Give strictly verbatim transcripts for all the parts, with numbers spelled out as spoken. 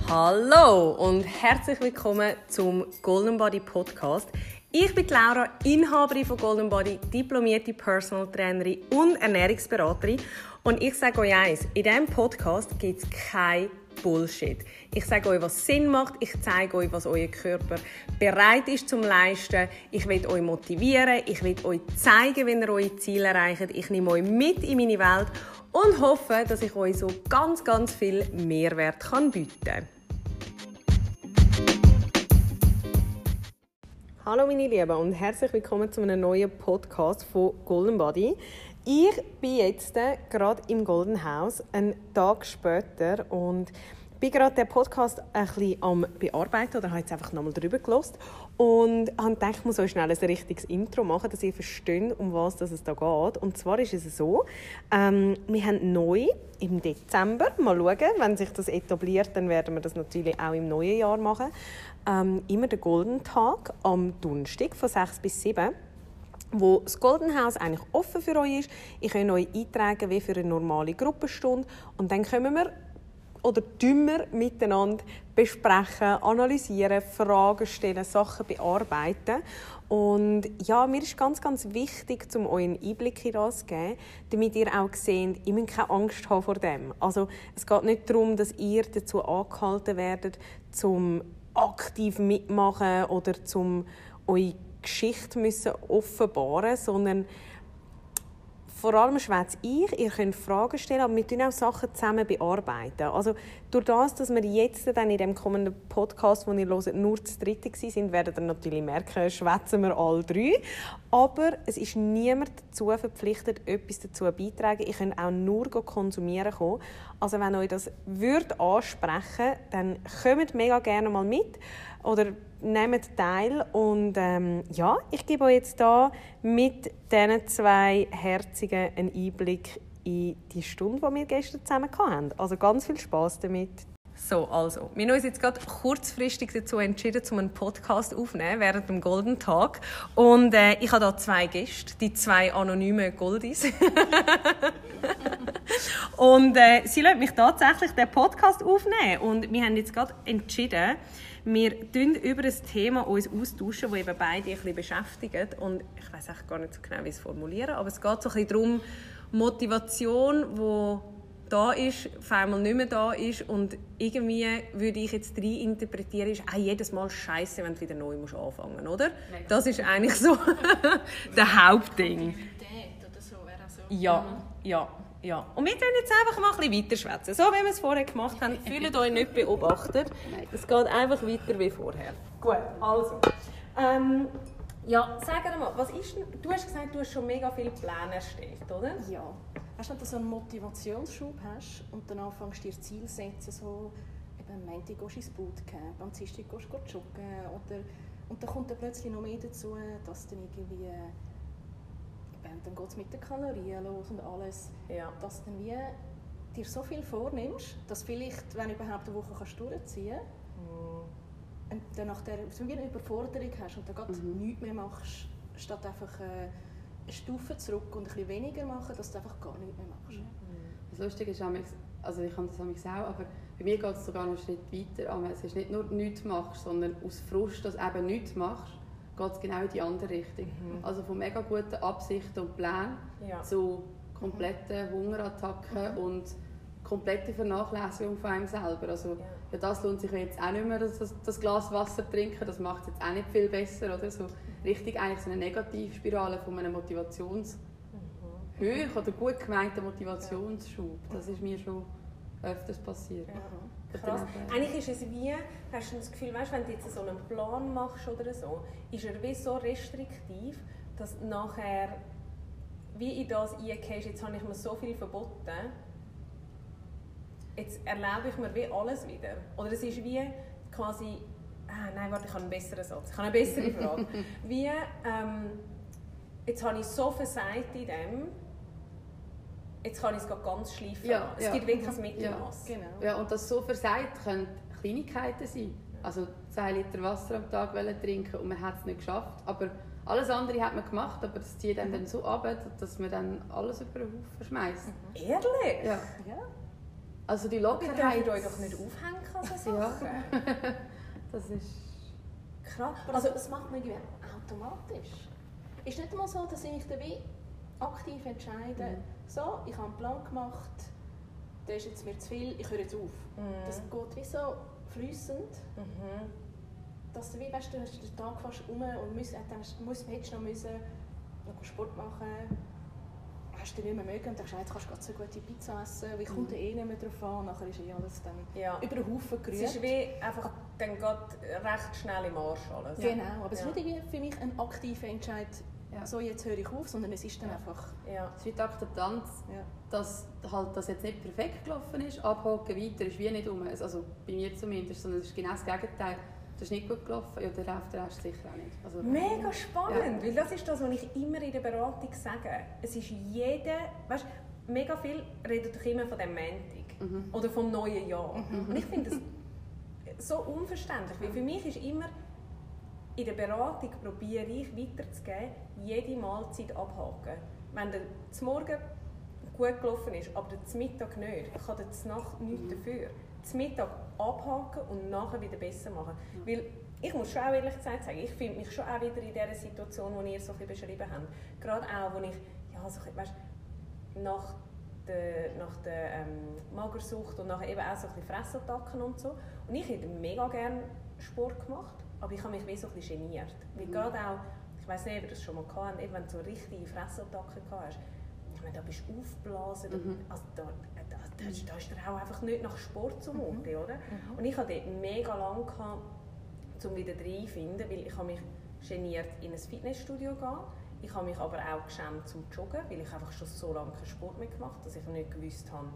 Hallo und herzlich willkommen zum Golden Body Podcast. Ich bin Laura, Inhaberin von Golden Body, diplomierte Personal Trainerin und Ernährungsberaterin. Und ich sage euch eins, in diesem Podcast gibt es kein Bullshit. Ich sage euch, was Sinn macht. Ich zeige euch, was euer Körper bereit ist zum Leisten. Ich will euch motivieren. Ich will euch zeigen, wie ihr eure Ziele erreicht. Ich nehme euch mit in meine Welt und hoffe, dass ich euch so ganz, ganz viel Mehrwert kann bieten kann. Hallo meine Lieben und herzlich willkommen zu einem neuen Podcast von Golden Body. Ich bin jetzt gerade im Golden House, einen Tag später, und bin gerade den Podcast ein bisschen am Bearbeiten oder habe jetzt einfach nochmal drüber gehört und habe gedacht, ich muss euch schnell ein richtiges Intro machen, dass ihr versteht, um was es da geht. Und zwar ist es so, ähm, wir haben neu im Dezember, mal schauen, wenn sich das etabliert, dann werden wir das natürlich auch im neuen Jahr machen, ähm, immer den Golden Tag am Donnerstag von sechs bis sieben, wo das Golden House eigentlich offen für euch ist. Ich könnt euch eintragen wie für eine normale Gruppenstunde und dann können wir oder dümmer miteinander besprechen, analysieren, Fragen stellen, Sachen bearbeiten. Und ja, mir ist ganz, ganz wichtig, um euch einen Einblick in das zu geben, damit ihr auch seht, ihr müsst keine Angst haben vor dem. Also es geht nicht darum, dass ihr dazu angehalten werdet, zum aktiv mitmachen oder zum eure Geschichte müssen offenbaren, sondern vor allem schwätze ich, ihr könnt Fragen stellen, aber wir tun auch Sachen zusammen bearbeiten. Also durch das, dass wir jetzt dann in dem kommenden Podcast, den ihr hört, nur zu dritt sind, werdet ihr natürlich merken, schwätzen wir alle drei. Aber es ist niemand dazu verpflichtet, etwas dazu beizutragen. Ich könnt auch nur konsumieren kommen. Also wenn euch das würde ansprechen, dann kommt mega gerne mal mit oder nehmt teil. Und ähm, ja, ich gebe euch jetzt hier mit diesen zwei Herzigen einen Einblick in die Stunde, die wir gestern zusammen hatten. Also ganz viel Spass damit. So, also, wir haben uns jetzt gerade kurzfristig dazu entschieden, um einen Podcast aufzunehmen während dem Golden Tag. Und äh, ich habe hier zwei Gäste, die zwei anonymen Goldies. Und äh, sie lassen mich tatsächlich den Podcast aufnehmen. Und wir haben jetzt gerade entschieden, wir tun über ein Thema uns austauschen, das eben beide ein bisschen beschäftigt. Und ich weiss echt gar nicht so genau, wie ich es formulieren, aber es geht so ein bisschen darum, Motivation, die da ist, auf einmal nicht mehr da ist. Und irgendwie würde ich jetzt rein interpretieren, ist auch jedes Mal scheiße, wenn du wieder neu musst anfangen musst, oder? Mega. Das ist eigentlich so der Hauptding. Oder so wäre so. Ja, ja. Ja. Und wir können jetzt einfach mal ein bisschen weiterschwätzen. So wie wir es vorher gemacht haben. Fühlt euch nicht beobachtet. Es geht einfach weiter wie vorher. Gut, also. Ähm, ja, sag mal, was ist denn, du hast gesagt, du hast schon mega viele Pläne erstellt, oder? Ja. Weißt du, wenn du so einen Motivationsschub hast und dann anfängst du dir Ziel zu setzen, so eben am Montag gehst du ins Bootcamp, am Dienstag gehst du joggen, oder, und dann kommt dann plötzlich noch mehr dazu, dass dann irgendwie dann geht es mit den Kalorien los und alles, ja. Dass du wie dir so viel vornimmst, dass vielleicht, wenn du überhaupt eine Woche kannst durchziehen kannst, mm. und dann nach der, so wie eine Überforderung hast und dann gerade mm-hmm. nichts mehr machst, statt einfach äh, eine Stufe zurück und ein bisschen weniger machen, dass du einfach gar nichts mehr machst. Mm. Das Lustige ist, also ich kann das auch, aber bei mir geht es sogar noch einen Schritt weiter. Aber es ist nicht nur nichts machst, sondern aus Frust, dass du eben nichts machst, geht es genau in die andere Richtung. Mhm. Also von mega guten Absichten und Plänen ja. zu kompletten Hungerattacken mhm. und komplette Vernachlässigung von einem selber. Also ja. Ja, das lohnt sich jetzt auch nicht mehr, das, das Glas Wasser trinken, das macht es jetzt auch nicht viel besser. Oder? So richtig eigentlich so eine Negativspirale von einem Motivationshöch mhm. oder gut gemeinten Motivationsschub. Das ist mir schon öfters passiert. Ja. Krass. Eigentlich ist es wie, hast du das Gefühl, weißt, wenn du jetzt so einen Plan machst oder so, ist er wie so restriktiv, dass nachher wie in das reingehst, jetzt habe ich mir so viel verboten, jetzt erlaube ich mir wie alles wieder. Oder es ist wie quasi, ah, nein, warte, ich habe einen besseren Satz, ich habe eine bessere Frage. Wie, ähm, jetzt habe ich so versagt in dem, jetzt kann ich es ganz schleifen. Ja, es ja. gibt wirklich ein Mittelmaß. Ja, genau. Ja, und das so versagt können Kleinigkeiten sein. Also zwei Liter Wasser am Tag trinken und man hat es nicht geschafft. Aber alles andere hat man gemacht, aber das zieht einem dann so ab, dass man dann alles über den Haufen schmeißt. Ehrlich? Ja. ja. Also die Ihr Lockerheit... dürft euch doch nicht aufhängen an so Sachen. Ja. Das ist... Krass, also das macht man irgendwie automatisch. Ist nicht einmal so, dass ich mich dann wie aktiv entscheide, Mhm. so, ich habe einen Plan gemacht, der ist jetzt mir zu viel, ich höre jetzt auf. Mhm. Das geht wie so fließend, Mhm. dass du wie, weißt du, hast den Tag fast um und musst, dann musst, hättest noch müssen, noch Sport machen, hast du nicht mehr mögen und denkst, jetzt kannst du gerade so gute Pizza essen, wie kommt mhm. eh nicht mehr drauf an, nachher ist eh alles dann Ja. über den Haufen gerührt. Es ist wie einfach dann geht recht schnell im Arsch alles. Genau, aber es Ja. ist nicht irgendwie für mich ein aktiver Entscheid, Ja. so jetzt höre ich auf, sondern es ist dann Ja. einfach... Ja. Es ist wie die Akzeptanz, Ja. dass halt das jetzt nicht perfekt gelaufen ist, abhaken, weiter ist wie nicht um. Also bei mir zumindest, sondern es ist genau das Gegenteil. Das ist nicht gut gelaufen, ja, der Rest, der Rest sicher auch nicht. Also, Mega spannend, weil das ist das, was ich immer in der Beratung sage. Es ist jeder, weißt, mega viel redet doch immer von dem Montag Mhm. oder vom neuen Jahr. Mhm. Und ich finde das so unverständlich, weil für mich ist immer, in der Beratung probiere ich weiterzugeben, jede Mahlzeit abhaken. Wenn der zum Morgen gut gelaufen ist, aber der zum Mittag nicht, kann der zur Nacht nichts dafür. Zum Mittag abhaken und nachher wieder besser machen. Ja. Weil ich muss schon auch ehrlich gesagt sagen, ich finde mich schon auch wieder in dieser Situation, die ihr so ein bisschen beschrieben habt. Gerade auch, wo ich, ja, so, weißt, nach der, nach der ähm, Magersucht und nachher eben auch so ein bisschen Fressattacken und so. Und ich hätte mega gerne Sport gemacht, aber ich habe mich wie so ein bisschen geniert. Weil Mhm. gerade auch, ich weiss nicht, ob ihr das schon mal gehabt habt, wenn du so richtige Fressattacken gehabt hast, ich meine, da bist du aufgeblasen, Mhm. also da, da, da, da ist dir auch einfach nicht nach Sport zumute, Mhm. oder? Und ich hatte dort mega lange, gehabt, um wieder reinzufinden, weil ich habe mich geniert in ein Fitnessstudio gehen. Ich habe mich aber auch geschämt zum Joggen, weil ich einfach schon so lange keinen Sport mehr gemacht habe, dass ich nicht gewusst habe,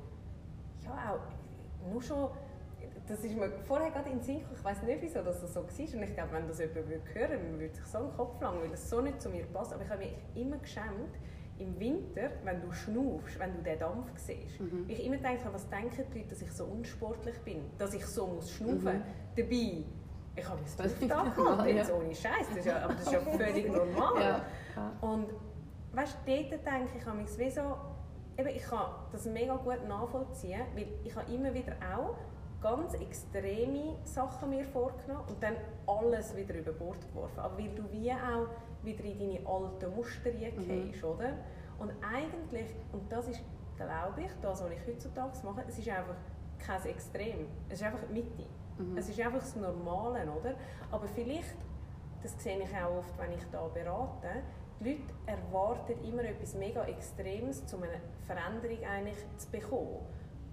ja auch, nur schon, das ist mir vorher gerade in den Sinn gekommen, ich weiss nicht, wieso das so war. Und ich glaube, wenn das jemand hören würde, würde sich so einen Kopf langen, weil es so nicht zu mir passt. Aber ich habe mich immer geschämt, im Winter, wenn du schnaufst, wenn du den Dampf siehst. Mhm. Ich immer gedacht habe, was denken die Leute, dass ich so unsportlich bin, dass ich so muss schnaufen. Mhm. Dabei, ich habe das Völlig Duft normal, angehalten, jetzt ja. ohne Scheiß, das ist ja, aber das ist ja völlig normal. Ja. Ja. Und weißt, dort denke ich, habe ich wie so, eben, ich kann das mega gut nachvollziehen, weil ich habe immer wieder auch ganz extreme Sachen mir vorgenommen und dann alles wieder über Bord geworfen. Aber weil du wie auch wieder in deine alten Muster reingehst, mhm. oder? Und eigentlich, und das ist, glaube ich, das, was ich heutzutage mache, es ist einfach kein Extrem. Es ist einfach die Mitte. Mhm. Es ist einfach das Normale, oder? Aber vielleicht, das sehe ich auch oft, wenn ich da berate, die Leute erwarten immer etwas mega Extremes, um eine Veränderung eigentlich zu bekommen.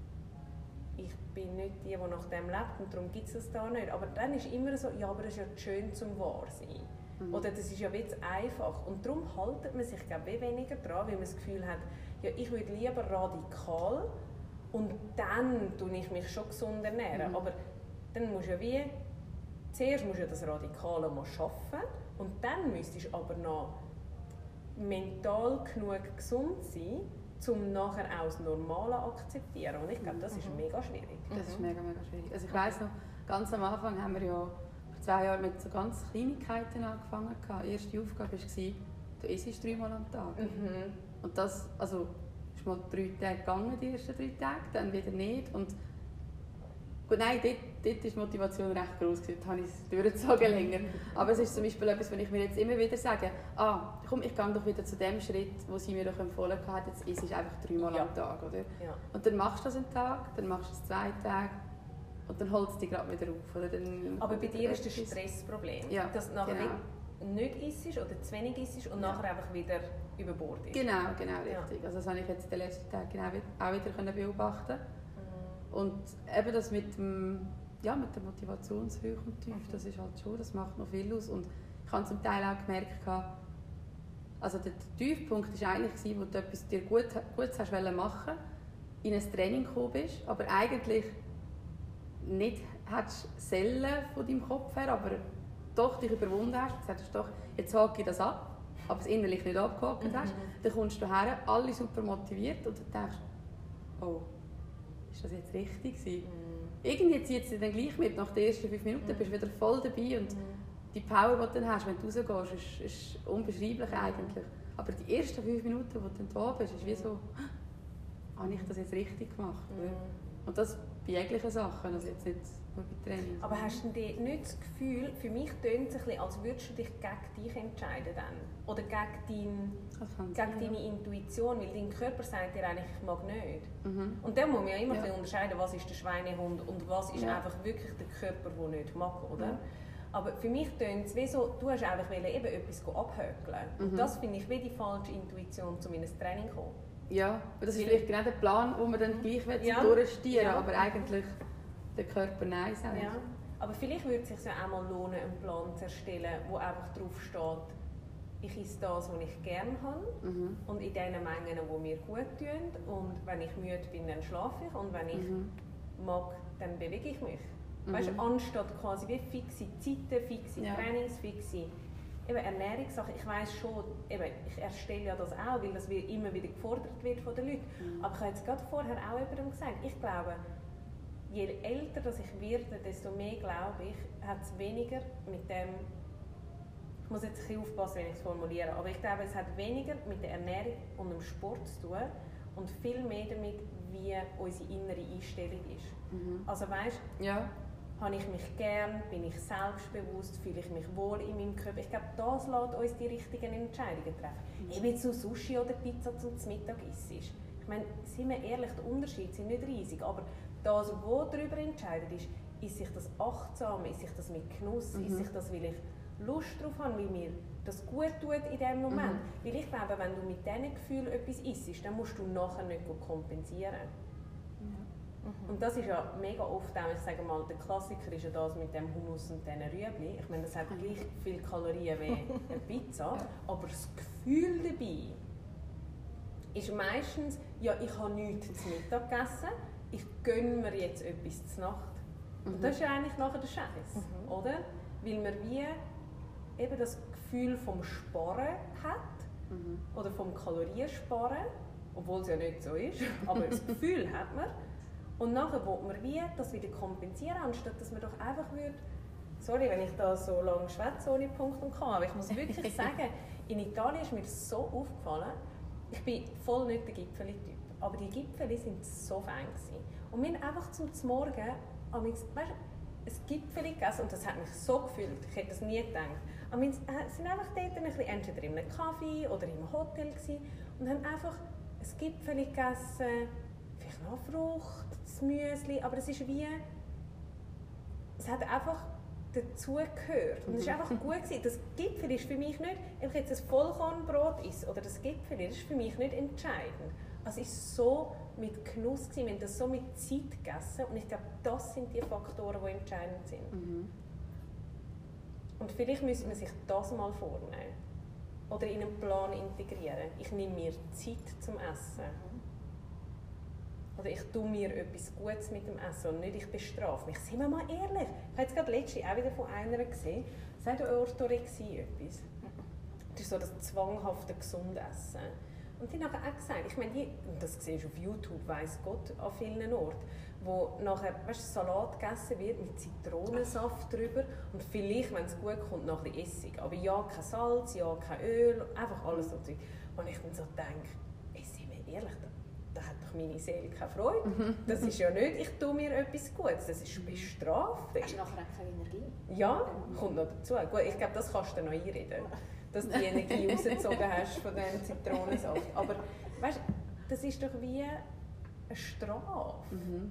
Ich bin nicht die, die nach dem lebt und darum gibt es das da nicht. Aber dann ist immer so, ja, aber es ist ja schön zum Wahrsein. Mhm. Oder das ist ja wie zu einfach. Und darum haltet man sich, glaube ich, weniger dran, weil man das Gefühl hat, ja, ich würde lieber radikal und dann tue ich mich schon gesund ernähren. Mhm. Aber dann musst du ja wie, zuerst musst du ja das Radikale mal schaffen und dann müsstest du aber noch mental genug gesund sein, um nachher auch das Normale akzeptieren. Und ich glaube, das ist mega schwierig. Das ist mega, mega schwierig. Also ich weiss noch, ganz am Anfang haben wir ja vor zwei Jahren mit so ganz Kleinigkeiten angefangen. Die erste Aufgabe war, du isst dreimal am Tag. Mhm. Und das, also, ist mal drei Tage gegangen, die ersten drei Tage, dann wieder nicht. Und gut, nein, dort, dort war die Motivation recht groß, dort habe ich es durchgezogen länger. Aber es ist zum Beispiel etwas, wenn ich mir jetzt immer wieder sage, ah, komm, ich gehe doch wieder zu dem Schritt, wo sie mir doch empfohlen hat, jetzt isst es einfach dreimal Ja. am Tag, oder? Ja. Und dann machst du das einen Tag, dann machst du es zwei Tage und dann holt es dich gerade wieder auf, oder? Dann Aber bei dir ist das Stressproblem, Ja, dass du nachher genau. nicht isst oder zu wenig isst und Ja. nachher einfach wieder über Bord ist. Genau, genau, Ja. richtig. Also das habe ich jetzt in den letzten Tagen genau auch wieder können beobachten. Und eben das mit dem, ja, mit der Motivationshöhe und Tief, das ist halt schon, das macht noch viel aus. Und ich habe zum Teil auch gemerkt, also der Tiefpunkt war eigentlich, wo du etwas dir gut, gut hast machen, in ein Training gekommen bist, aber eigentlich nicht hättest Zellen von deinem Kopf her, aber doch dich überwunden hast und gesagt hast, doch, jetzt hake ich das ab, aber es innerlich nicht abgehakt Mhm. hast, dann kommst du her, alle super motiviert und du denkst, oh, ist das jetzt richtig gewesen? Mhm. Irgendwie zieht es dich dann gleich mit, nach den ersten fünf Minuten bist du wieder voll dabei und die Power, die du dann hast, wenn du rausgehst, ist, ist unbeschreiblich eigentlich. Aber die ersten fünf Minuten, wo du dann da bist, ist wie so, habe ich das jetzt richtig gemacht? Mhm. Und das bei jeglichen Sachen, also jetzt nicht nur bei Training. Aber hast du denn nicht das Gefühl, für mich tönt es ein bisschen, als würdest du dich gegen dich entscheiden dann? Oder gegen, dein, gegen deine Intuition, weil dein Körper sagt dir eigentlich, ich mag nicht. Mhm. Und dann muss man ja immer ja. ein bisschen unterscheiden, was ist der Schweinehund und was ist ja. einfach wirklich der Körper, der nicht mag, oder? Ja. Aber für mich tönt es wie so, du hast einfach eben etwas abhökeln. Mhm. Und das finde ich wie die falsche Intuition, um in ein Training zu kommen. Ja, das ist vielleicht genau der Plan, wo man dann gleich ja. durchstieren ja. aber eigentlich der Körper Nein sagt. Ja. Aber vielleicht würde es sich ja auch mal lohnen, einen Plan zu erstellen, wo einfach drauf steht, ich esse das, was ich gerne habe mhm. und in den Mengen, die mir gut tun. Und wenn ich müde bin, dann schlafe ich und wenn ich mhm. mag, dann bewege ich mich. Mhm. Weißt du, anstatt quasi wie fixe Zeiten, fixe ja. Trainings, fixe eben Ernährungssachen. Ich weiss schon, eben, ich erstelle ja das auch, weil das immer wieder gefordert wird von den Leuten. Mhm. Aber ich habe jetzt gerade vorher auch jemandem gesagt, ich glaube, je älter dass ich werde, desto mehr, glaube ich, hat es weniger mit dem, ich muss jetzt ein bisschen aufpassen, wenn ich es formuliere, aber ich glaube, es hat weniger mit der Ernährung und dem Sport zu tun und viel mehr damit, wie unsere innere Einstellung ist. Mhm. Also weißt du, ja. habe ich mich gern, bin ich selbstbewusst, fühle ich mich wohl in meinem Körper. Ich glaube, das lässt uns die richtigen Entscheidungen treffen. Mhm. Ob jetzt so Sushi oder Pizza zum Mittag isst. Ich meine, sind wir ehrlich, die Unterschiede sind nicht riesig, aber das, was darüber entscheidet, ist, ist sich das achtsam, ist sich das mit Genuss, mhm. ist sich das, weil ich Lust darauf habe, weil mir das gut tut in diesem Moment. Mhm. Weil ich glaube, wenn du mit diesen Gefühlen etwas isst, dann musst du nachher nicht kompensieren. Mhm. Und das ist ja mega oft auch, ich sage mal, der Klassiker ist ja das mit dem Hummus und diesen Rüebli. Ich meine, das hat gleich viele Kalorien wie eine Pizza, ja. aber das Gefühl dabei ist meistens, ja, ich habe nichts zu Mittag gegessen, ich gönne mir jetzt etwas zur Nacht. Mhm. Und das ist ja eigentlich nachher der Scheiß, mhm. oder? Weil man wie eben das Gefühl vom Sparen hat, mhm. oder vom Kaloriensparen, obwohl es ja nicht so ist, aber das Gefühl hat man. Und nachher will man wie das wieder kompensieren, anstatt dass man doch einfach würde, sorry, wenn ich da so lange schwätze ohne Punkt und K, aber ich muss wirklich sagen, in Italien ist mir das so aufgefallen, ich bin voll nicht der Gipfeli-Typ, aber die Gipfeli sind so fein gewesen. Und wir haben einfach zum Morgen, weißt du, ein Gipfeli gegessen und das hat mich so gefühlt, ich hätte das nie gedacht. Aber wir sind einfach dort ein bisschen, entweder in einem Kaffee oder im Hotel gewesen und haben einfach ein Gipfeli gegessen, vielleicht noch Frucht, das Müsli, aber es ist wie, es hat einfach dazugehört und es war einfach gut gewesen. Das Gipfeli ist für mich nicht, ob ich jetzt ein Vollkornbrot esse oder das Gipfeli, das ist für mich nicht entscheidend. Also es war so mit Genuss gewesen, wir haben das so mit Zeit gegessen und ich glaube, das sind die Faktoren, die entscheidend sind. Mhm. Und vielleicht müsste man sich das mal vornehmen oder in einen Plan integrieren. Ich nehme mir Zeit zum Essen. Oder ich tue mir etwas Gutes mit dem Essen und nicht ich bestrafe mich. Seien wir mal ehrlich. Ich habe jetzt gerade letztens auch wieder von einer gesehen, sagt Orthorexie etwas. Das ist so das zwanghafte gesunde Essen. Und die haben auch gesagt, ich meine, die, das siehst du auf YouTube, weiss Gott, an vielen Orten, wo nachher, weißt, Salat gegessen wird mit Zitronensaft drüber und vielleicht, wenn es gut kommt, noch ein bisschen Essig. Aber ja, kein Salz, ja, kein Öl, einfach alles so. Und ich dann so denke, ey, seien wir ehrlich, da, da hat doch meine Seele keine Freude. Das ist ja nicht, ich tue mir etwas Gutes, das ist bestraft. Hast du nachher auch keine Energie? Ja, kommt noch dazu. Gut, ich glaube, das kannst du noch einreden. Dass du die Energie rausgezogen hast von diesem Zitronensaft. Aber weißt, das ist doch wie eine Strafe. Mhm.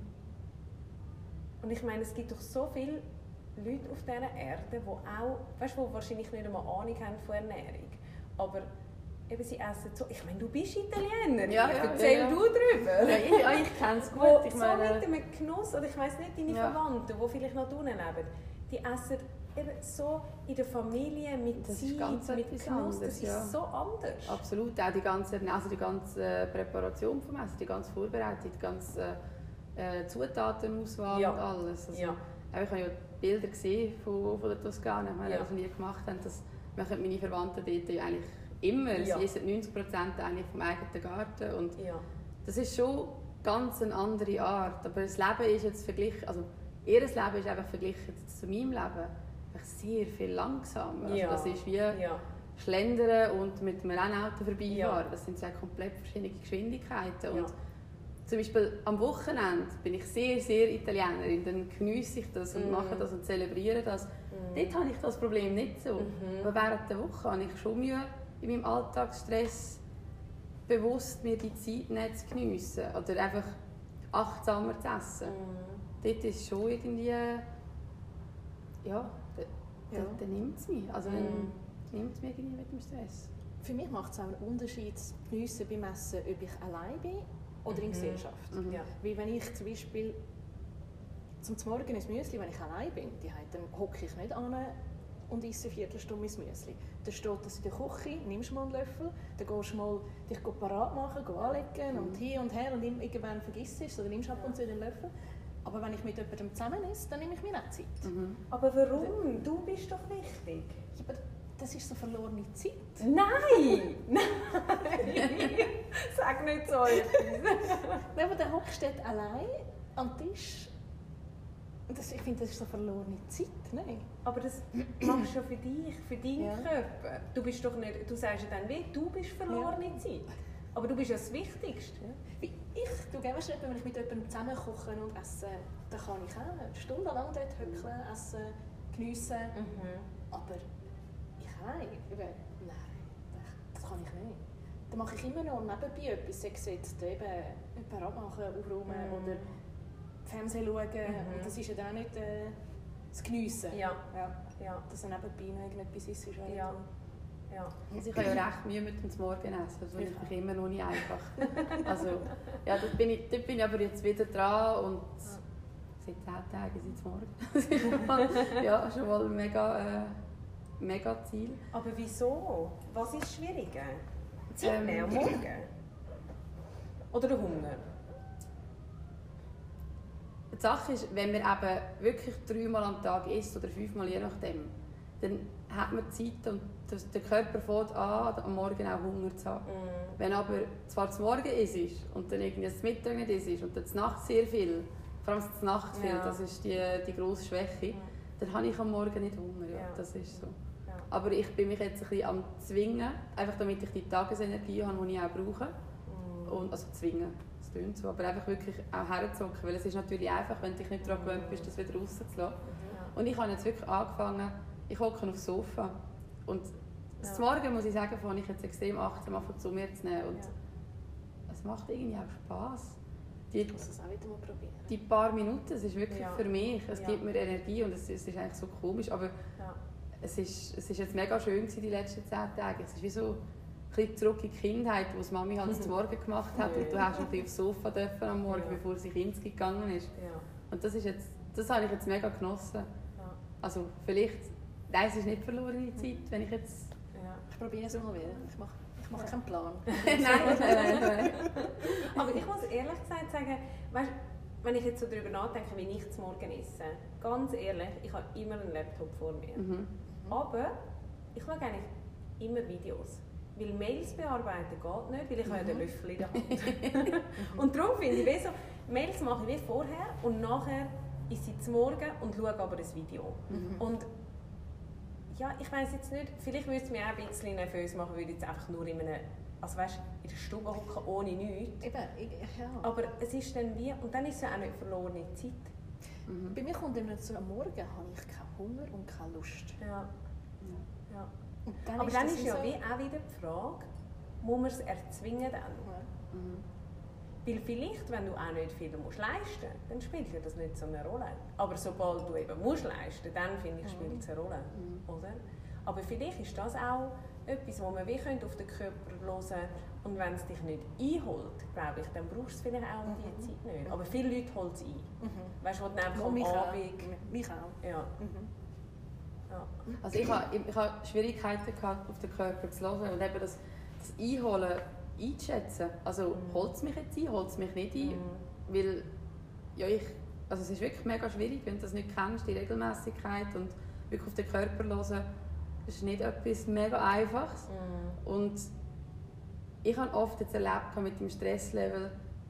Und ich meine, es gibt doch so viele Leute auf dieser Erde, die auch, weißt, die wahrscheinlich nicht einmal Ahnung haben von Ernährung. Aber eben, sie essen so. Ich meine, du bist Italiener. Ja, ja, erzähl ja, ja. du darüber. Ja, ich, ja, ich kenne es gut. Wo ich meine, so mit einem Genuss, oder ich weiss nicht, deine ja. Verwandten, die vielleicht noch drinnen leben, die essen eben so in der Familie, mit das Zeit, mit Genuss, anders, das ist ja. so anders. Absolut, auch die ganze, also die ganze Präparation vom Essen, die ganze Vorbereitung, die ganze äh, Zutatenauswahl ja. und alles. Also, ja. Ich habe ja Bilder gesehen von, von der Toskana, die wir ja. das nie gemacht haben. Das machen meine Verwandten dort ja eigentlich immer. Ja. Sie essen neunzig Prozent eigentlich vom eigenen Garten. Und ja. das ist schon ganz eine andere Art. Aber das Leben ist jetzt verglichen, also ihr Leben ist einfach verglichen zu meinem Leben sehr viel langsamer. Also ja. das ist wie ja. Schlendern und mit einem Rennauto vorbeifahren. Ja. Das sind zwei komplett verschiedene Geschwindigkeiten. Und ja. zum Beispiel am Wochenende bin ich sehr, sehr Italienerin, dann geniesse ich das und mm. mache das und zelebriere das. Mm. Dort habe ich das Problem nicht so. Mm-hmm. Aber während der Woche habe ich schon Mühe, in meinem Alltagsstress bewusst mir die Zeit nicht zu geniessen oder einfach achtsamer zu essen. Mm. Dort ist schon irgendwie, ja, da, ja. da, da nimmt es mich. Also, mm. nimmt es mich irgendwie mit dem Stress. Für mich macht es auch einen Unterschied zu geniessen beim Essen, ob ich allein bin oder in Gesellschaft. Mhm. Ja. Weil wenn ich zum Beispiel zum Morgen ein Müsli, wenn ich allein bin, dann hocke ich nicht an und esse eine Viertelstunde mein Müsli. Dann steht das in der Küche, nimmst mal einen Löffel, dann gehst du mal dich parat machen, anlegen mhm. und hin und her und irgendwann vergisst es oder nimmst ab und zu den Löffel. Aber wenn ich mit jemandem zusammen esse, dann nehme ich mir auch Zeit. Mhm. Aber warum? Du bist doch wichtig. Ja, das ist so verlorene Zeit. Nein! Nein! Sag nicht so etwas. Aber dann hockst du dort allein am Tisch. Das, ich finde, das ist so verlorene Zeit. Nein. Aber das machst du ja für dich, für deinen ja. Körper. Du bist doch nicht, du sagst ja dann, wie, du bist verlorene ja. Zeit. Aber du bist ja das Wichtigste. Ja. Ich, du gehst nicht, wenn ich mit jemandem zusammen koche und esse, dann kann ich auch stundenlang dort hückeln, essen, geniessen. Mhm. Aber Nein, nein, das kann ich nicht. Dann mache ich immer noch nebenbei etwas, sei es jetzt eben jemanden abmachen, aufräumen mm. oder Fernsehen schauen. Mm-hmm. Und das ist ja dann nicht äh, das Geniessen. Ja. Ja. Ja. Dass er nebenbei noch irgendetwas ist. ist ja. Ja. Also ich habe ja recht Mühe mit dem Morgenessen, das finde ich immer noch nicht einfach. Also, ja, dort bin, ich, dort bin ich aber jetzt wieder dran und ja. seit zehn Tagen sind es morgen. Das ist schon mal, ja, schon mal mega... Äh, Mega Ziel. Aber wieso? Was ist schwieriger? Zeit nehmen am Morgen? Oder der Hunger? Die Sache ist, wenn man eben wirklich dreimal am Tag isst oder fünfmal, je nachdem, dann hat man Zeit und der Körper fängt an, am Morgen auch Hunger zu haben. Mm. Wenn aber zwar das Morgen isst und dann irgendwie das Mittag nicht isst und dann die Nacht sehr viel, vor allem die Nacht viel, ja. das ist die, die grosse Schwäche, mm. dann habe ich am Morgen nicht Hunger. Ja. Ja. Das ist so. Aber ich bin mich jetzt ein bisschen am Zwingen, einfach damit ich die Tagesenergie habe, die ich auch brauche. Mm. Und, also zwingen, das klingt so, aber einfach wirklich auch herzocken, weil es ist natürlich einfach, wenn du dich nicht daran gewöhnt bist, das wieder rauszulassen. Mm. Und ich habe jetzt wirklich angefangen, ich hocke aufs Sofa und ja. zum Morgen, muss ich sagen, fange ich jetzt extrem achtsam an, zu mir zu nehmen und ja. es macht irgendwie auch Spass. Die, ich muss es auch wieder mal probieren. Die paar Minuten, es ist wirklich ja. für mich, es ja. gibt mir Energie und es, es ist eigentlich so komisch, aber ja. Es ist, es ist jetzt mega schön gewesen, die letzten zehn Tage. Es ist wie so ein bisschen zurück in die Kindheit, wo es Mami halt zum Morgen gemacht hat und du hast natürlich aufs Sofa dürfen am Morgen, ja. bevor sie ins Kind gegangen ist. Ja. Und das ist jetzt, das habe ich jetzt mega genossen. Ja. Also vielleicht, nein, es ist nicht verlorene Zeit, wenn ich jetzt... Ja. Ich probiere es mal wieder. Ich mache, ich mache keinen Plan. nein, nein, nein, nein. Aber ich muss ehrlich gesagt sagen, weißt, wenn ich jetzt so darüber nachdenke, wie ich zum Morgen esse, ganz ehrlich, ich habe immer einen Laptop vor mir. Mhm. Aber ich schaue eigentlich immer Videos. Weil Mails bearbeiten geht nicht, weil ich mhm. habe ja den Löffel in der Hand. Und darum finde ich, wie so, Mails mache ich wie vorher und nachher esse ich zum Morgen und schaue aber ein Video. Mhm. Und ja, ich weiss jetzt nicht, vielleicht würde es mich auch ein bisschen nervös machen, würde ich jetzt einfach nur in einer, also weißt, in der Stube hocken ohne nichts. Eben, ja. Aber es ist dann wie, und dann ist es ja auch nicht verlorene Zeit. Mhm. Bei mir kommt immer so, am Morgen habe ich keinen Hunger und keine Lust. Ja. Ja. Und dann aber ist dann ist ja so wie auch wieder die Frage, muss man es erzwingen dann? Ja. Mhm. Weil vielleicht, wenn du auch nicht viel musst leisten musst, dann spielt ja das nicht so eine Rolle. Aber sobald du eben musst leisten, dann finde ich, spielt es eine Rolle. Mhm. Oder? Aber vielleicht ist das auch etwas, wo man wie auf den Körper hören können. Und wenn es dich nicht einholt, glaube ich, dann brauchst du es vielleicht auch um diese mhm. Zeit nicht. Aber viele Leute holen es ein. Mhm. Weißt du, wo du einfach am mich Abend... Auch. Mich auch. Ja. Mhm. Ja. Also ich habe ich habe Schwierigkeiten gehabt, auf den Körper zu hören und eben das, das Einholen einzuschätzen. Also mhm. holt es mich jetzt ein, holt es mich nicht ein? Mhm. Weil ja, ich, also es ist wirklich mega schwierig, wenn du das nicht kennst, die Regelmäßigkeit und wirklich auf den Körper hören. Das ist nicht etwas mega Einfaches. Mhm. Und ich habe oft jetzt erlebt mit dem Stresslevel,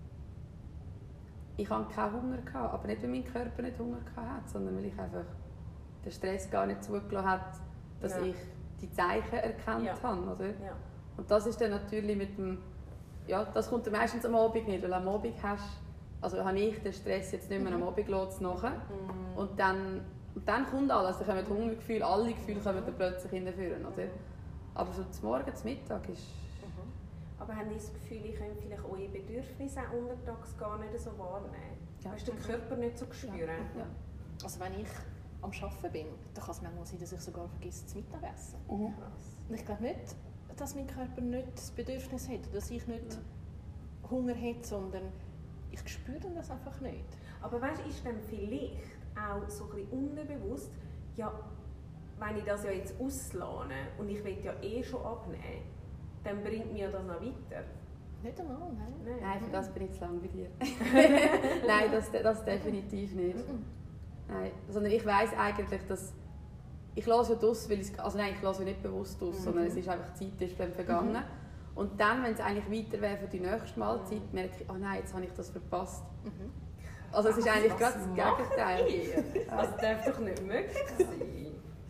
ich hatte keinen Hunger, aber nicht, weil mein Körper nicht Hunger hatte, sondern weil ich einfach den Stress gar nicht zugelassen habe, dass ja. ich die Zeichen erkannt ja. habe. Oder? Ja. Und das ist dann natürlich mit dem ja, das kommt meistens am Abend nicht, weil am Abend hast, also habe ich den Stress jetzt nicht mehr am Abend los nachher. Mhm. Und dann, und dann kommt alles, dann kommen Hungergefühle, alle Gefühle kommen dann plötzlich hinterführen, oder? Aber so zum Morgen, zum Mittag ist... Aber haben Sie das Gefühl, ich könnte vielleicht eure Bedürfnisse auch untertags gar nicht so wahrnehmen? Ja. Hast du den Körper nicht so spüren? Ja. Ja. Also wenn ich am Arbeiten bin, dann kann es manchmal sein, dass ich sogar vergesse, zu Mittagessen. Mhm. Krass. Und ich glaube nicht, dass mein Körper nicht das Bedürfnis hat, dass ich nicht Ja. Hunger habe, sondern ich spüre das einfach nicht. Aber weißt du, ist dann vielleicht auch so ein bisschen unbewusst, ja, wenn ich das ja jetzt auslade und ich will ja eh schon abnehmen, dann bringt mir das noch weiter. Nicht einmal, nein. Nein, Nein, für das bin ich zu lang bei dir. Nein, das, das definitiv nicht. Nein, sondern ich weiss eigentlich, dass ich lasse ja aus, weil ich, also nein, ich lasse ja nicht bewusst aus, mhm. sondern es ist einfach die Zeit ist dann vergangen. Mhm. Und dann, wenn es eigentlich weiter wäre für die nächste Mahlzeit, mhm. merke ich, oh nein, jetzt habe ich das verpasst. Mhm. Also es ist eigentlich was gerade das Gegenteil. Das darf doch nicht möglich sein.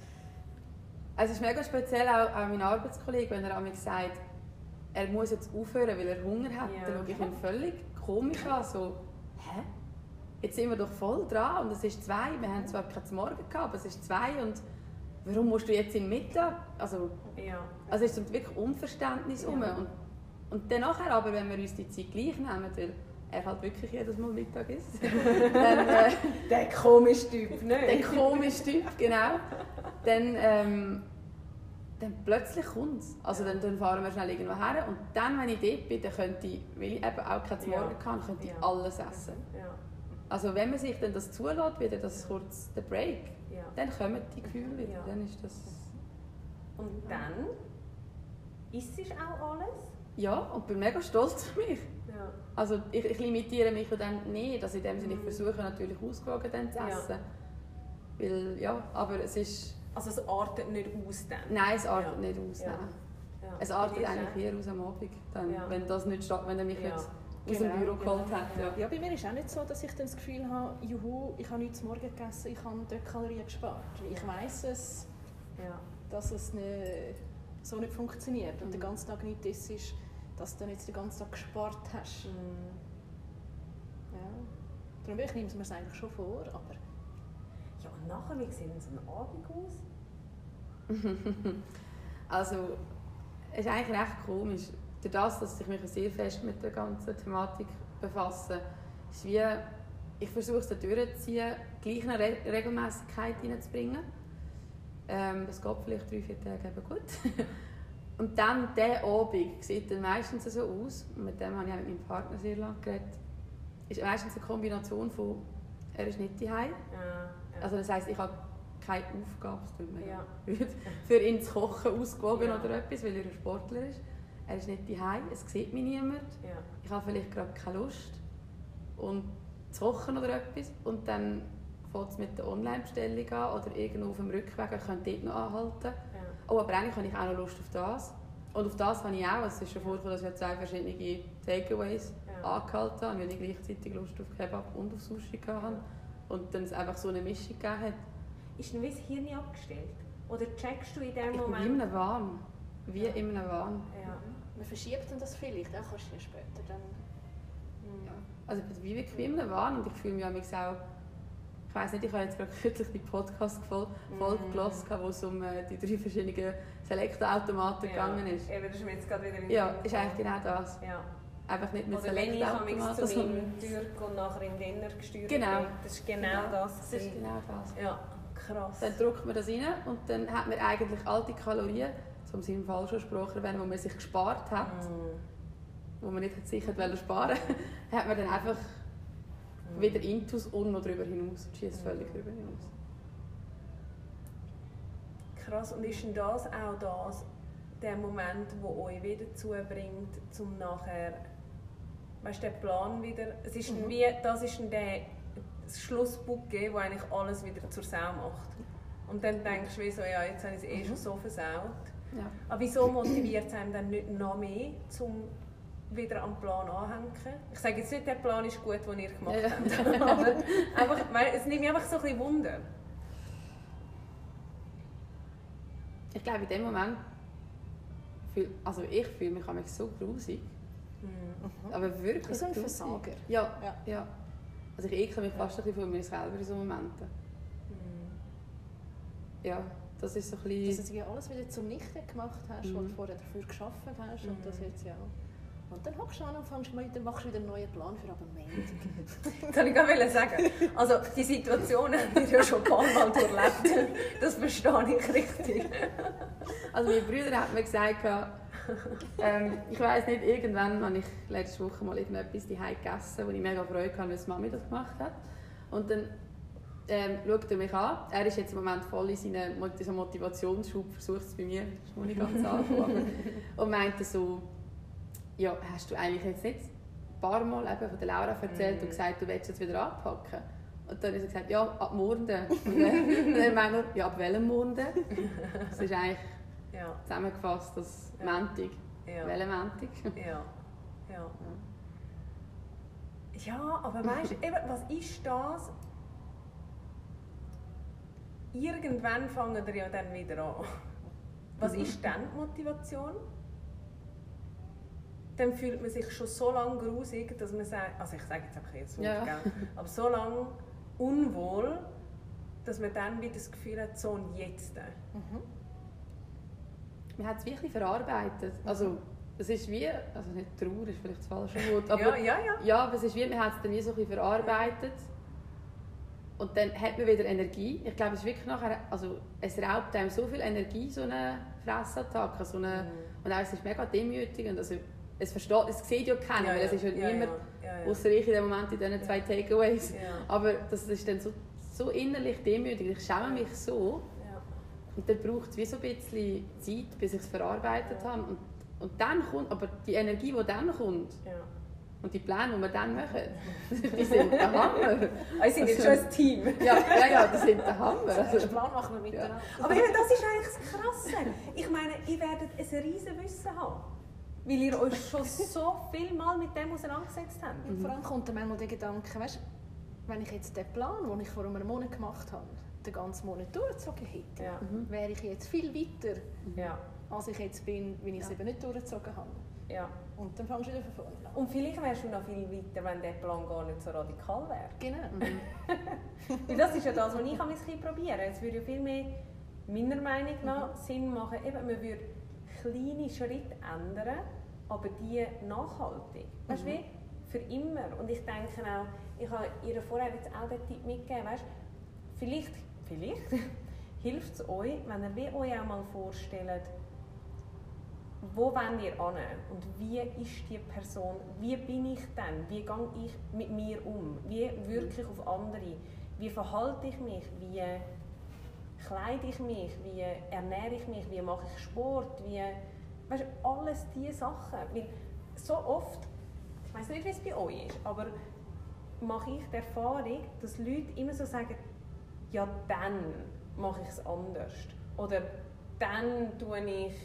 Also es ist mega speziell, auch, auch mein Arbeitskollege, wenn er an mich sagt, er muss jetzt aufhören, weil er Hunger hat, ja. dann schaue ich ihn völlig komisch an, so, hä? Jetzt sind wir doch voll dran und es ist zwei, wir haben zwar kein Morgen gehabt, aber es ist zwei und warum musst du jetzt in den Mittag? Also, ja. also es ist wirklich Unverständnis ja. um. Und, und dann nachher aber, wenn wir uns die Zeit gleich nehmen, weil er halt wirklich jedes Mal Mittag ist, dann... Äh, der komische Typ, nicht? Der komische Typ, genau. Dann, ähm, dann plötzlich kommt es. Also dann, dann fahren wir schnell irgendwo her und dann, wenn ich dort bin, dann könnte ich, weil ich eben auch kein Morgen ja. kann, könnte ich ja. alles essen. Ja. Also wenn man sich dann das zulässt, wieder das kurz der Break, ja. dann kommen die Gefühle wieder. Ja. Dann ist das... Und dann isst es auch alles? Ja, und bin mega stolz auf mich. Ja. Also ich, ich limitiere mich dann nicht, also in dem Sinne, ich versuche natürlich ausgewogen dann zu essen. Ja. Weil, ja, aber es ist... Also es artet nicht aus dann? Nein, es artet ja. nicht aus. Ja. Ja. Es artet eigentlich eher aus am Abend, dann, ja. wenn das nicht statt, wenn er mich ja. nicht genau, aus dem Büro genau. geholt hat. Ja. ja, bei mir ist auch nicht so, dass ich dann das Gefühl habe, juhu, ich habe nichts zu Morgen gegessen, ich habe dort Kalorien gespart. Ich weiss es, ja. dass es nicht, so nicht funktioniert und mhm. den ganzen Tag nicht das ist, dass du dann jetzt den ganzen Tag gespart hast. Mhm. Ja. Darum ich nehme es mir eigentlich schon vor, aber... Ja, und nachher, wie sieht denn so ein Abend aus? Also, es ist eigentlich recht komisch. Durch das, dass ich mich sehr fest mit der ganzen Thematik befasse, ist wie, ich versuche es da durchzuziehen, gleich eine Re Regelmäßigkeit reinzubringen. Ähm, das geht vielleicht drei, vier Tage eben gut. Und dann, der Abend, sieht dann meistens so aus, mit dem habe ich auch mit meinem Partner sehr lange geredet, ist meistens eine Kombination von, er ist nicht daheim. Ja, ja. Also das heisst, ich habe keine Aufgabe, ja. für ihn zu kochen, ausgewogen ja. oder etwas, weil er ein Sportler ist. Er ist nicht daheim, es sieht mich niemand. Ja. Ich habe vielleicht gerade keine Lust und zu kochen oder etwas. Und dann fängt es mit der Online-Bestellung an oder irgendwo auf dem Rückweg, ich könnte dort noch anhalten. Ja. Oh, aber eigentlich habe ich auch noch Lust auf das. Und auf das habe ich auch. Es ist schon vorgekommen, dass ich zwei verschiedene Takeaways ja. angehalten habe, weil ich gleichzeitig Lust auf Kebab und auf Sushi hatte. Und dann es einfach so eine Mischung gegeben hat. Ist denn wie das Hirn abgestellt? Oder checkst du in dem ich Moment? Ich bin wie in einem Wahn. Wie ja. in einem Wahn. Ja. Man verschiebt dann das vielleicht, dann kannst du ja später dann... Ja. Also ich bin wie wirklich wie in einem Wahn und ich fühle mich auch... Ich weiss nicht, ich habe jetzt gerade kürzlich die Podcast-Folge mm. gehört, wo es um äh, die drei verschiedenen Select-Automaten ja. gegangen ist. Eben, das ist mir jetzt gerade wieder in Ja, ist eigentlich genau das. Ja. Einfach nicht mit Oder wenn ich Select-Automaten, zu meinem Türk und nachher in den Dinner gesteuert genau. bin. Das ist genau, genau. das. Das ist genau das. Ja, krass. Dann drückt man das rein und dann hat man eigentlich all die Kalorien, um es im Fall schon gesprochen werden, die man sich gespart hat, mm. wo man nicht sicher sparen wollte, hat man dann einfach mm. wieder intus und noch darüber hinaus und schießt mm. völlig darüber hinaus. Krass, und ist denn das auch das, der Moment, der euch wieder dazu bringt, um nachher, weißt du, den Plan wieder, es ist mhm. wie, das ist dann der Schlussbucke, wo eigentlich alles wieder zur Sau macht. Und dann denkst du wie so, ja, jetzt habe ich es eh schon so versaut. Ja. Aber wieso motiviert es einem dann nicht noch mehr, um wieder am Plan anhängen? Ich sage jetzt nicht, der Plan ist gut, den ihr gemacht ja. habt, aber einfach, weil, es nimmt mich einfach so ein bisschen Wunder. Ich glaube, in dem Moment, fühl, also ich fühle mich, mich so grusig, Mhm. Aber wirklich. Wie so ein du Versager. sein. Ja, Ja. ja. Also ich ekel mich fast ein bisschen von mir selber in so Momenten. Ja, das ist so ein bisschen... Dass du dir alles wieder zunichte gemacht hast, Mhm. was du vorher dafür geschaffen hast. Mhm. Und das jetzt ja. Und dann hockst du an und fängst wieder, machst du wieder einen neuen Plan für ab Montag. Das wollte ich gerade sagen. Also die Situation habe ich ja schon ein paar Mal durchlebt. Das verstehe ich richtig. Also mein Bruder hat mir gesagt, ähm, ich weiss nicht, irgendwann habe ich letzte Woche mal irgendetwas daheim gegessen, wo ich mega Freude hatte, weil die Mami das gemacht hat. Und dann ähm, schaut er mich an. Er ist jetzt im Moment voll in seinen Mot- Motivationsschub, versucht es bei mir, das ist noch nicht ganz angekommen. Und meinte so, ja, hast du eigentlich jetzt nicht ein paar Mal eben von der Laura erzählt und gesagt, du willst jetzt wieder anpacken? Und dann hat er gesagt, ja, ab morgen. Und dann, und er meint nur, ja, ab welchem morgen? Das ist eigentlich Ja. zusammengefasst, das Ja. Montag. Ja. Welcher Montag? Ja. Ja. Ja, aber weißt du, eben, was ist das? Irgendwann fangen wir ja dann wieder an. Was Mhm. ist dann die Motivation? Dann fühlt man sich schon so lange grusig, dass man sagt, also ich sage jetzt einfach jetzt Ja. Wort, gell? Aber so lange unwohl, dass man dann wieder das Gefühl hat, so und jetzt. Mhm. Man hat es wirklich verarbeitet. Also, es ist wie, also nicht Trauer ist vielleicht das falsche Wort, aber Ja, ja, ja. ja, aber es ist wie, man hat es dann wie so ein bisschen verarbeitet. Und dann hat man wieder Energie. Ich glaube, es ist wirklich nachher, also es raubt einem so viel Energie, so eine Fressattacke, so eine, Mhm. und auch, es ist mega demütigend. Also, es versteht, es sieht ja keiner, weil es ist ja, ja, niemand, ja, ja. ausser ich in dem Moment in diesen zwei Takeaways. Ja. Aber das ist dann so, so innerlich demütigend. Ich schaue mich so. Ja. Und dann braucht es wie so ein bisschen Zeit, bis ich es verarbeitet Ja. habe. Und, und dann kommt, aber die Energie, die dann kommt, Ja. und die Pläne, die wir dann machen, die sind der Hammer. Wir sind jetzt schon ein Team. Ja, ja, ja, die sind der Hammer. Den Also, Plan machen wir miteinander. Aber eben, das ist eigentlich das Krasse. Ich meine, ihr werdet ein riesen Wissen haben. Weil ihr euch schon so viel Mal mit dem auseinandergesetzt habt. Und vor allem kommt dann manchmal der Gedanke, weißt, wenn ich jetzt den Plan, den ich vor einem Monat gemacht habe, den ganzen Monat durchgezogen hätte, Ja. Mhm. wäre ich jetzt viel weiter, Ja. als ich jetzt bin, wenn ich es Ja. eben nicht durchgezogen habe. Ja. Und dann fängst du wieder von vorne an. Und vielleicht wärst du noch viel weiter, wenn der Plan gar nicht so radikal wäre. Genau. mhm. Weil das ist ja das, was ich an mein Kind probiere. Es würde ja viel mehr, meiner Meinung nach, Sinn machen, eben, man würde kleine Schritte ändern, aber die nachhaltig. Weißt du, Mhm. wie? Für immer. Und ich denke auch, ich habe ihr vorher jetzt auch den Tipp mitgegeben, weißt, vielleicht, vielleicht hilft es euch, wenn ihr wie euch auch mal vorstellt, wo wollt ihr hin und wie ist die Person, wie bin ich denn, wie gehe ich mit mir um, wie wirke ich auf andere, wie verhalte ich mich, wie kleide ich mich, wie ernähre ich mich, wie mache ich Sport, wie, weißt du, alles diese Sachen. Weil so oft, ich weiß nicht, wie es bei euch ist, aber mache ich die Erfahrung, dass Leute immer so sagen, ja, dann mache ich es anders. Oder dann tue ich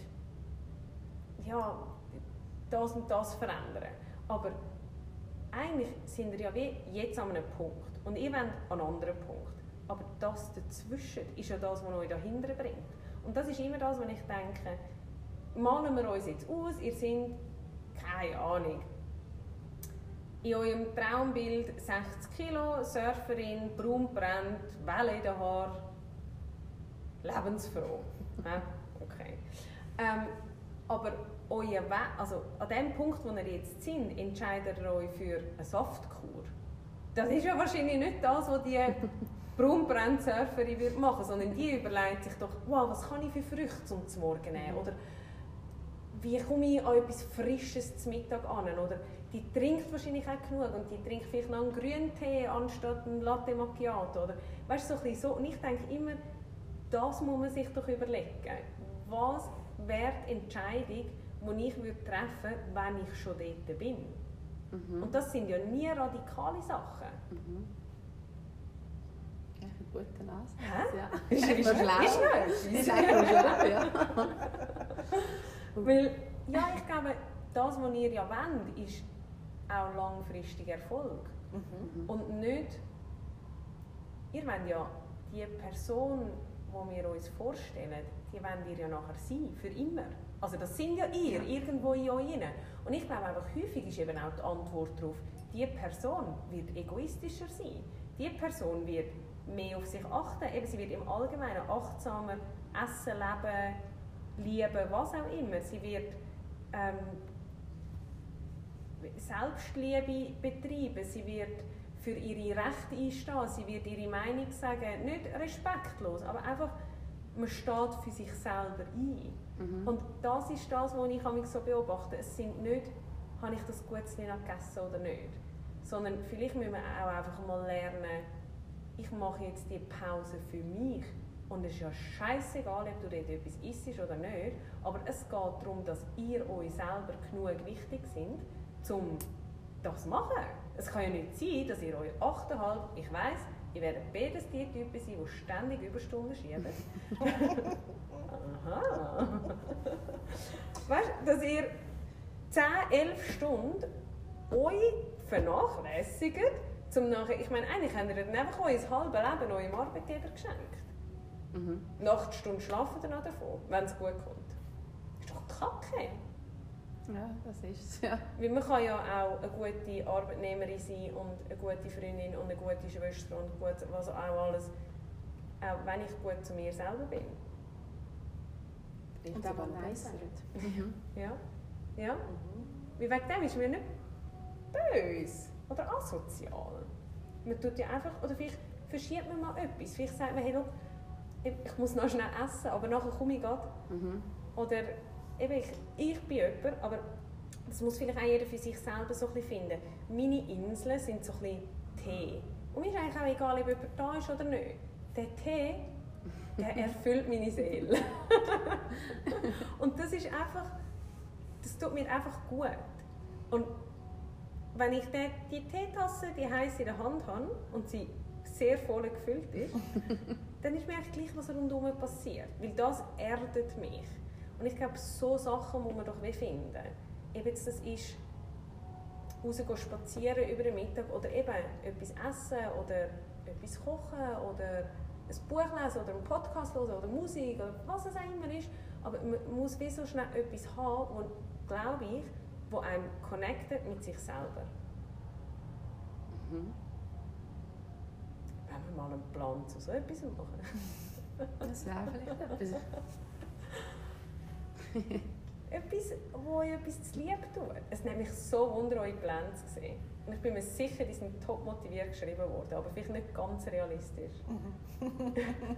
ja, das und das verändern. Aber eigentlich sind wir ja wie jetzt an einem Punkt und ihr wollt an einem anderen Punkt. Aber das dazwischen ist ja das, was euch dahinter bringt. Und das ist immer das, was ich denke, malen wir uns jetzt aus, ihr seid, keine Ahnung, in eurem Traumbild sechzig Kilo, Surferin, braun brennt, Welle in den Haaren, lebensfroh. Ja, okay. Ähm, aber euer We also an dem Punkt, wo ihr jetzt sind, entscheidet ihr euch für eine Saftkur. Das ist ja wahrscheinlich nicht das, was die Braunbrenn-Surferin machen würde, sondern die überlegt sich doch, wow, was kann ich für Früchte zum Morgen nehmen? Oder wie komme ich an etwas Frisches zum Mittag an? Oder die trinkt wahrscheinlich auch genug und die trinkt vielleicht noch einen Grüntee anstatt einen Latte Macchiato. Oder, weißt du, so ein bisschen so. Und ich denke immer, das muss man sich doch überlegen. Was wäre die Entscheidung, die ich würde treffen würde, wenn ich schon dort bin? Mhm. Und das sind ja nie radikale Sachen. Mhm. Echt ein guter Ansatz. Hä? Ja. Ist Echt noch schlau. Ist noch Ist echt noch schlau, ja. Weil, ja, ich glaube, das, was ihr ja wollt, ist auch langfristiger Erfolg. Mhm. Und nicht, ihr wollt ja die Person, die wir uns vorstellen, die wollt ihr ja nachher sein, für immer. Also das sind ja ihr, irgendwo in euch rein. Und ich glaube einfach, häufig ist eben auch die Antwort darauf, die Person wird egoistischer sein. Die Person wird mehr auf sich achten. Eben, sie wird im Allgemeinen achtsamer essen, leben, lieben, was auch immer. Sie wird ähm, Selbstliebe betreiben. Sie wird für ihre Rechte einstehen. Sie wird ihre Meinung sagen. Nicht respektlos, aber einfach, man steht für sich selber ein. Mhm. Und das ist das, was ich mich so beobachte. Es sind nicht, habe ich das Gutzli noch gegessen oder nicht. Sondern vielleicht müssen wir auch einfach mal lernen, ich mache jetzt die Pause für mich. Und es ist ja scheißegal, ob du dort etwas isst oder nicht. Aber es geht darum, dass ihr euch selber genug wichtig sind, um das zu machen. Es kann ja nicht sein, dass ihr euch achteinhalb, ich weiss, ihr werdet beides die Typen sein, die ständig Überstunden schieben. Aha. Weißt du, dass ihr zehn, elf Stunden euch vernachlässigt, zum nachher, ich meine, eigentlich habt ihr dann einfach euer halbes Leben eurem Arbeitgeber geschenkt. Mhm. Nachtstunden schlafen dann noch davon, wenn es gut kommt. Das ist doch Kacke. Ja, das ist es, ja. Weil man kann ja auch eine gute Arbeitnehmerin sein und eine gute Freundin und eine gute Schwester und gut, was auch alles, auch wenn ich gut zu mir selber bin. Und sogar Nein sagen. Mhm. Ja. Ja. Mhm. Weil wegen dem ist man nicht böse oder asozial. Man tut ja einfach, oder vielleicht verschiebt man mal etwas. Vielleicht sagt man, hey, look, ich muss noch schnell essen, aber nachher komme ich gerade. Mhm. Oder eben, ich, ich bin jemand, aber das muss vielleicht auch jeder für sich selber so ein bisschen finden. Meine Inseln sind so ein bisschen Tee. Und mir ist eigentlich auch egal, ob jemand da ist oder nicht. Der Tee, der erfüllt meine Seele. Und das ist einfach, das tut mir einfach gut. Und wenn ich die, die Teetasse, die heiß in der Hand habe und sie sehr voll gefüllt ist, dann ist mir eigentlich gleich, was rundherum passiert. Weil das erdet mich. Und ich glaube, so Sachen muss man doch finden. Eben jetzt, das ist rausgehen spazieren über den Mittag oder eben etwas essen oder etwas kochen oder ein Buch lesen oder einen Podcast hören oder Musik oder was es auch immer ist. Aber man muss wie so schnell etwas haben, wo, glaube ich, wo einem connectet mit sich selber. Mhm. Wenn wir mal einen Plan zu so etwas machen. Das wäre vielleicht etwas. Etwas, wo euch etwas zu lieb tut. Es nimmt mich so wunder, eure Pläne zu sehen. Und ich bin mir sicher, die sind top motiviert geschrieben worden, aber vielleicht nicht ganz realistisch. Mhm.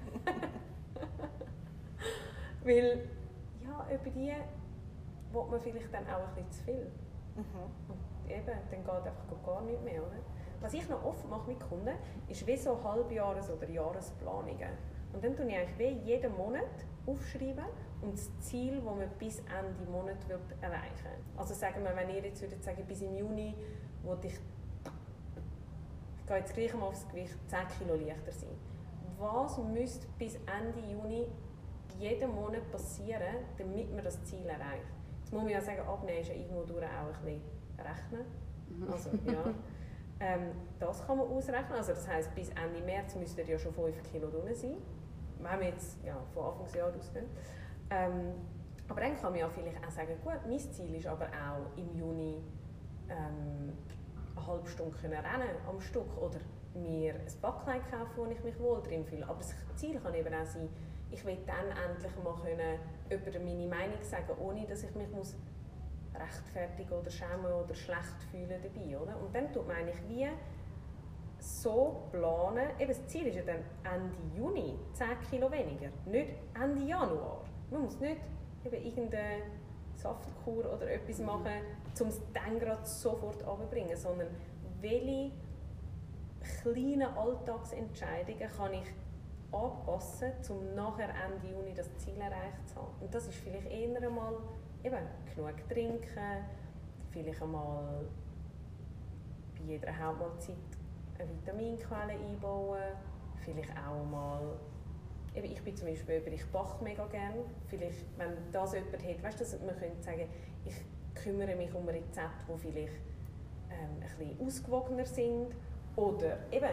Weil, ja, über die will man vielleicht dann auch ein bisschen zu viel. Mhm. Und eben, dann geht einfach gar nicht mehr, oder? Was ich noch oft mache mit Kunden, ist wie so Halbjahres- oder Jahresplanungen. Und dann tue ich eigentlich wie jeden Monat aufschreiben und das Ziel, das man bis Ende Monat erreichen will. Also sagen wir, wenn ihr jetzt würdet sagen, bis im Juni will ich, ich gehe jetzt gleich mal aufs Gewicht, zehn Kilo leichter sein. Was müsste bis Ende Juni jeden Monat passieren, damit man das Ziel erreicht? Jetzt muss man ja sagen, abnehmen ist ja irgendwo durch auch ein bisschen rechnen. Also, ja. ähm, das kann man ausrechnen. Also, das heisst, bis Ende März müsste ihr ja schon fünf Kilo drin sein. Wenn wir jetzt ja, von Anfangsjahr ausgehen. Ähm, aber dann kann man ja vielleicht auch sagen, gut, mein Ziel ist aber auch im Juni ähm, eine halbe Stunde können rennen am Stück oder mir ein Backlein kaufen, wo ich mich wohl drin fühle. Aber das Ziel kann eben auch sein, ich will dann endlich mal können, jemandem meine Meinung sagen, ohne dass ich mich muss rechtfertigen oder schämen oder schlecht fühlen dabei. Oder? Und dann tut man eigentlich wie so planen, eben das Ziel ist ja dann Ende Juni zehn Kilo weniger, nicht Ende Januar. Man muss nicht eben irgendeine Saftkur oder etwas machen, um es dann gerade sofort runterzubringen, sondern welche kleinen Alltagsentscheidungen kann ich anpassen, um nachher Ende Juni das Ziel erreicht zu haben. Und das ist vielleicht eher einmal eben genug trinken, vielleicht einmal bei jeder Hauptmahlzeit eine Vitaminquelle einbauen, vielleicht auch mal, eben ich bin zum Beispiel jemand, ich backe mega gerne, vielleicht, wenn das jemand hat, weißt du, man könnte sagen, ich kümmere mich um Rezepte, die vielleicht ähm, ein bisschen ausgewogener sind, oder eben,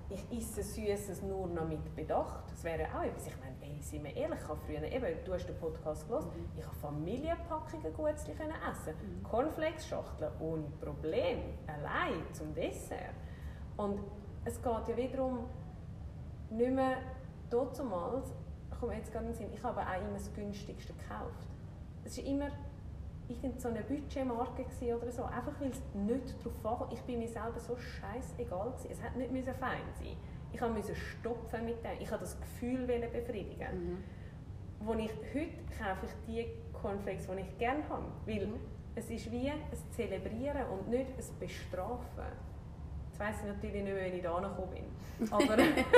ich esse Süßes nur noch mit Bedacht. Das wäre auch etwas. Ich meine, ey, sind wir ehrlich, ich habe früher, eben, du hast den Podcast gehört, mhm. ich habe Familienpackungen Gutzli essen mhm. Cornflakes-Schachteln ohne Problem, allein zum Dessert. Und es geht ja wiederum nicht mehr dazumals, kommt jetzt gerade in den Sinn, ich habe auch immer das günstigste gekauft. Es war immer irgend so eine Budgetmarke oder so, einfach weil es nicht darauf ankommt. Ich bin mir selber so scheißegal gewesen. Es hätte nicht fein sein. Ich musste stopfen mit dem. Ich wollte das Gefühl befriedigen. Mhm. Wo ich heute kaufe ich die Cornflakes, die ich gerne habe, weil mhm. es ist wie ein Zelebrieren und nicht ein Bestrafen. Jetzt weiss ich natürlich nicht mehr, wenn ich da gekommen bin. Aber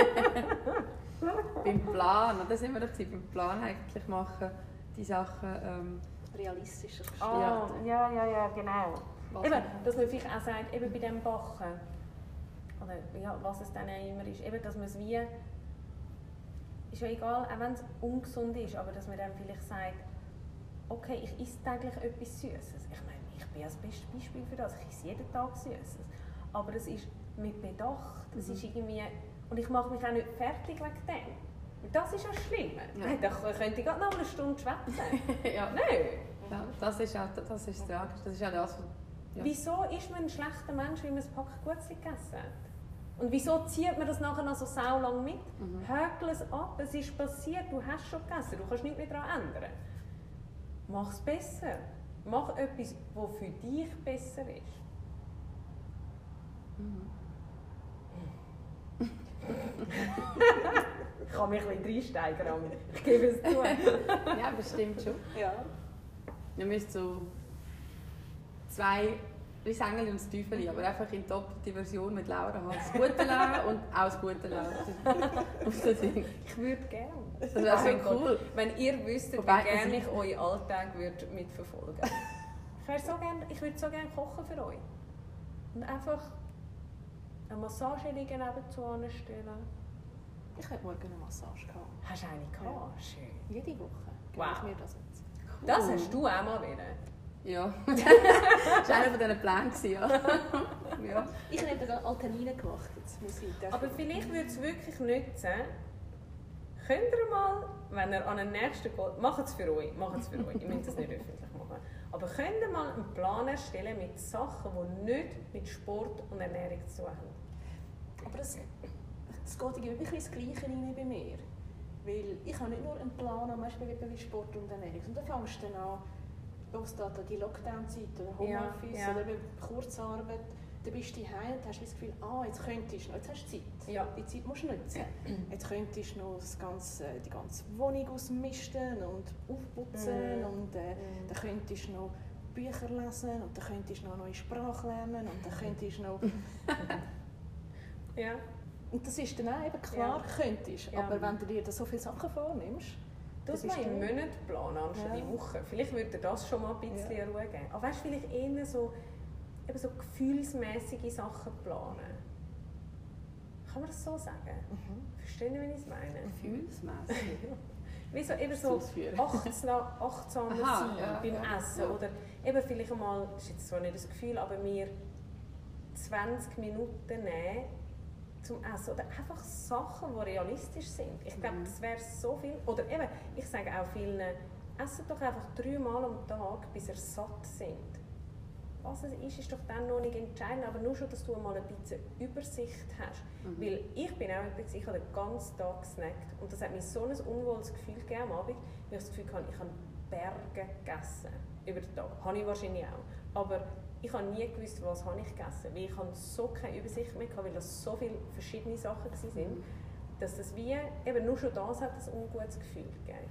beim Plan, da sind wir doch beim Plan eigentlich machen, die Sachen ähm, realistischer gestalten. Ah, ja, ja, ja, genau. Eben, dass man vielleicht auch sagt, eben bei dem Backen, oder ja, was es dann auch immer ist, eben, dass man es wie, ist ja egal, auch wenn es ungesund ist, aber dass man dann vielleicht sagt, okay, ich esse täglich etwas Süßes. Ich meine, ich bin das beste Beispiel für das, ich esse jeden Tag Süßes. Aber es ist mit Bedacht, es mhm. ist irgendwie, und ich mache mich auch nicht fertig wegen dem. Das ist ja schlimm. Ja. Da könnte ich gerade noch eine Stunde schwätzen. Ja. Nein. Ja, das ist auch das, ist tragisch. Das ist auch das, ja. Wieso ist man ein schlechter Mensch, wenn man ein Pack Gutzli gegessen hat? Und wieso zieht man das nachher noch so saulang mit? Mhm. Hökel es ab, es ist passiert, du hast schon gegessen, du kannst nichts mehr daran ändern. Mach es besser. Mach etwas, was für dich besser ist. Mhm. Ich kann mich ein bisschen reinsteigern, ich gebe es zu. Ja, bestimmt schon. Ja. Wir müssen so zwei, wie das Engel und das Teufel, aber einfach in doppelter Version mit Laura haben. Das gute Laura und auch das gute Laura. Ich würde gerne. Das wäre so cool. Wenn ihr wüsstet, wie gerne ich euren Alltag würde mitverfolgen würde. Ich, so ich würde so gerne kochen für euch. Und einfach eine Massageliege nebenzu anstellen. Ich habe morgen eine Massage gehabt. Hast du eine gehabt? Ja. Schön. Jede Woche. Wow. Ich mir das jetzt. Cool. Das hast du auch mal wieder? Ja. Das war einer von diesen Plänen. Ja. Ja. Ich habe dann Alternine gemacht. Jetzt muss ich Aber vielleicht würde es wirklich nützen, könnt ihr mal, wenn ihr an den nächsten geht, macht es für euch, macht es für euch, ihr müsst es nicht öffentlich machen, aber könnt ihr mal einen Plan erstellen mit Sachen, die nicht mit Sport und Ernährung zu tun haben. Aber es, es geht irgendwie ein bisschen das Gleiche rein bei mir. Weil ich habe nicht nur einen Plan, zum Beispiel wie Sport und Ernährung, und dann fängst du dann an, was da die Lockdown-Zeit oder Homeoffice ja, ja. oder Kurzarbeit, dann bist du daheim und hast das Gefühl, ah, jetzt könntest du noch, jetzt hast du Zeit. Ja. Die Zeit musst du nutzen. Jetzt könntest du noch das ganze, die ganze Wohnung ausmisten und aufputzen mm. und äh, mm. dann könntest du noch Bücher lesen und dann könntest du noch eine neue Sprache lernen und dann könntest du noch... ja. Und das ist dann auch eben klar, ja. könntest. Ja. Aber wenn du dir da so viele Sachen vornimmst, du musst mal einen Monatplan anstatt ja. die Woche. Vielleicht würde dir das schon mal ein bisschen ja. Ruhe geben. Aber weißt du, vielleicht eher so, eben so gefühlsmäßige Sachen planen. Kann man das so sagen? Mhm. Verstehen Sie, wie ich es meine? Gefühlsmäßig? Wie so, eben so achtsamer achtsam sein ja, beim ja, Essen. Ja. Oder eben vielleicht einmal, das ist jetzt zwar nicht das Gefühl, aber mir zwanzig Minuten nehmen, zum Essen. Oder einfach Sachen, die realistisch sind. Ich glaube, das wäre so viel. Oder eben, ich sage auch vielen, essen doch einfach dreimal am Tag, bis ihr satt sind. Was es ist, ist doch dann noch nicht entscheidend, aber nur schon, dass du mal ein bisschen Übersicht hast. Mhm. Weil ich bin auch jemand, ich habe den ganzen Tag gesnackt und das hat mir so ein unwohles Gefühl gegeben am Abend, weil ich das Gefühl hatte, ich habe Berge gegessen über den Tag. Habe ich wahrscheinlich auch. Aber ich habe nie gewusst, was habe ich gegessen habe, weil ich so keine Übersicht mehr hatte, weil das so viele verschiedene Sachen waren, mhm. dass das wie, eben nur schon das hat ein ungutes Gefühl gegeben.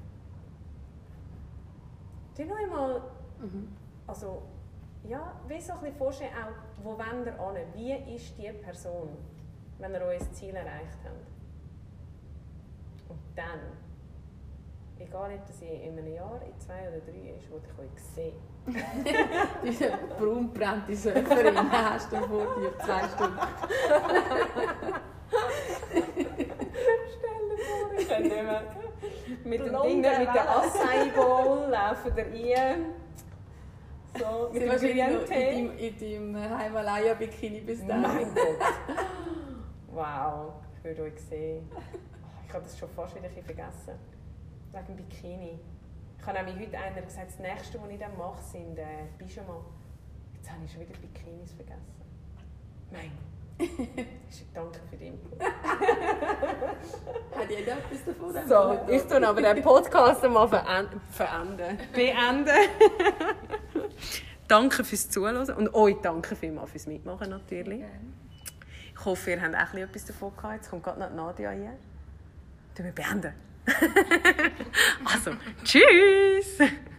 Du noch einmal, mhm. also, ja, wie so ein bisschen vorstellen, auch, wo wollt ihr hin? Wie ist die Person, wenn ihr euer Ziel erreicht habt? Und dann, egal ob das in einem Jahr, in zwei oder drei ist, wo ich euch sehe. Diese braunbrennte Surferin hast du vor dir zwei Stunden. Stell dir vor, ich kann nicht mehr. Mit dem Ding, mit der Acai Bowl laufen wir rein. So, mit dem Grüntee. In deinem Himalaya-Bikini bis dann. Mein Gott. Wow. Ich würde euch sehen. Ich habe das schon fast wieder ein bisschen vergessen. Wegen dem Bikini. Ich habe nämlich heute einer gesagt, das nächste, was ich dann mache, sind äh, Pyjama. Jetzt habe ich schon wieder Bikinis vergessen. Nein. Danke für den Input. Hat jeder etwas davon? So, ich tue aber den Podcast mal verenden. Beenden. Danke fürs Zuhören und euch danke vielmals fürs Mitmachen natürlich. Ich hoffe, ihr habt auch etwas davon gehabt. Jetzt kommt gerade noch Nadia rein. Dann wir beenden. Also, tschüss!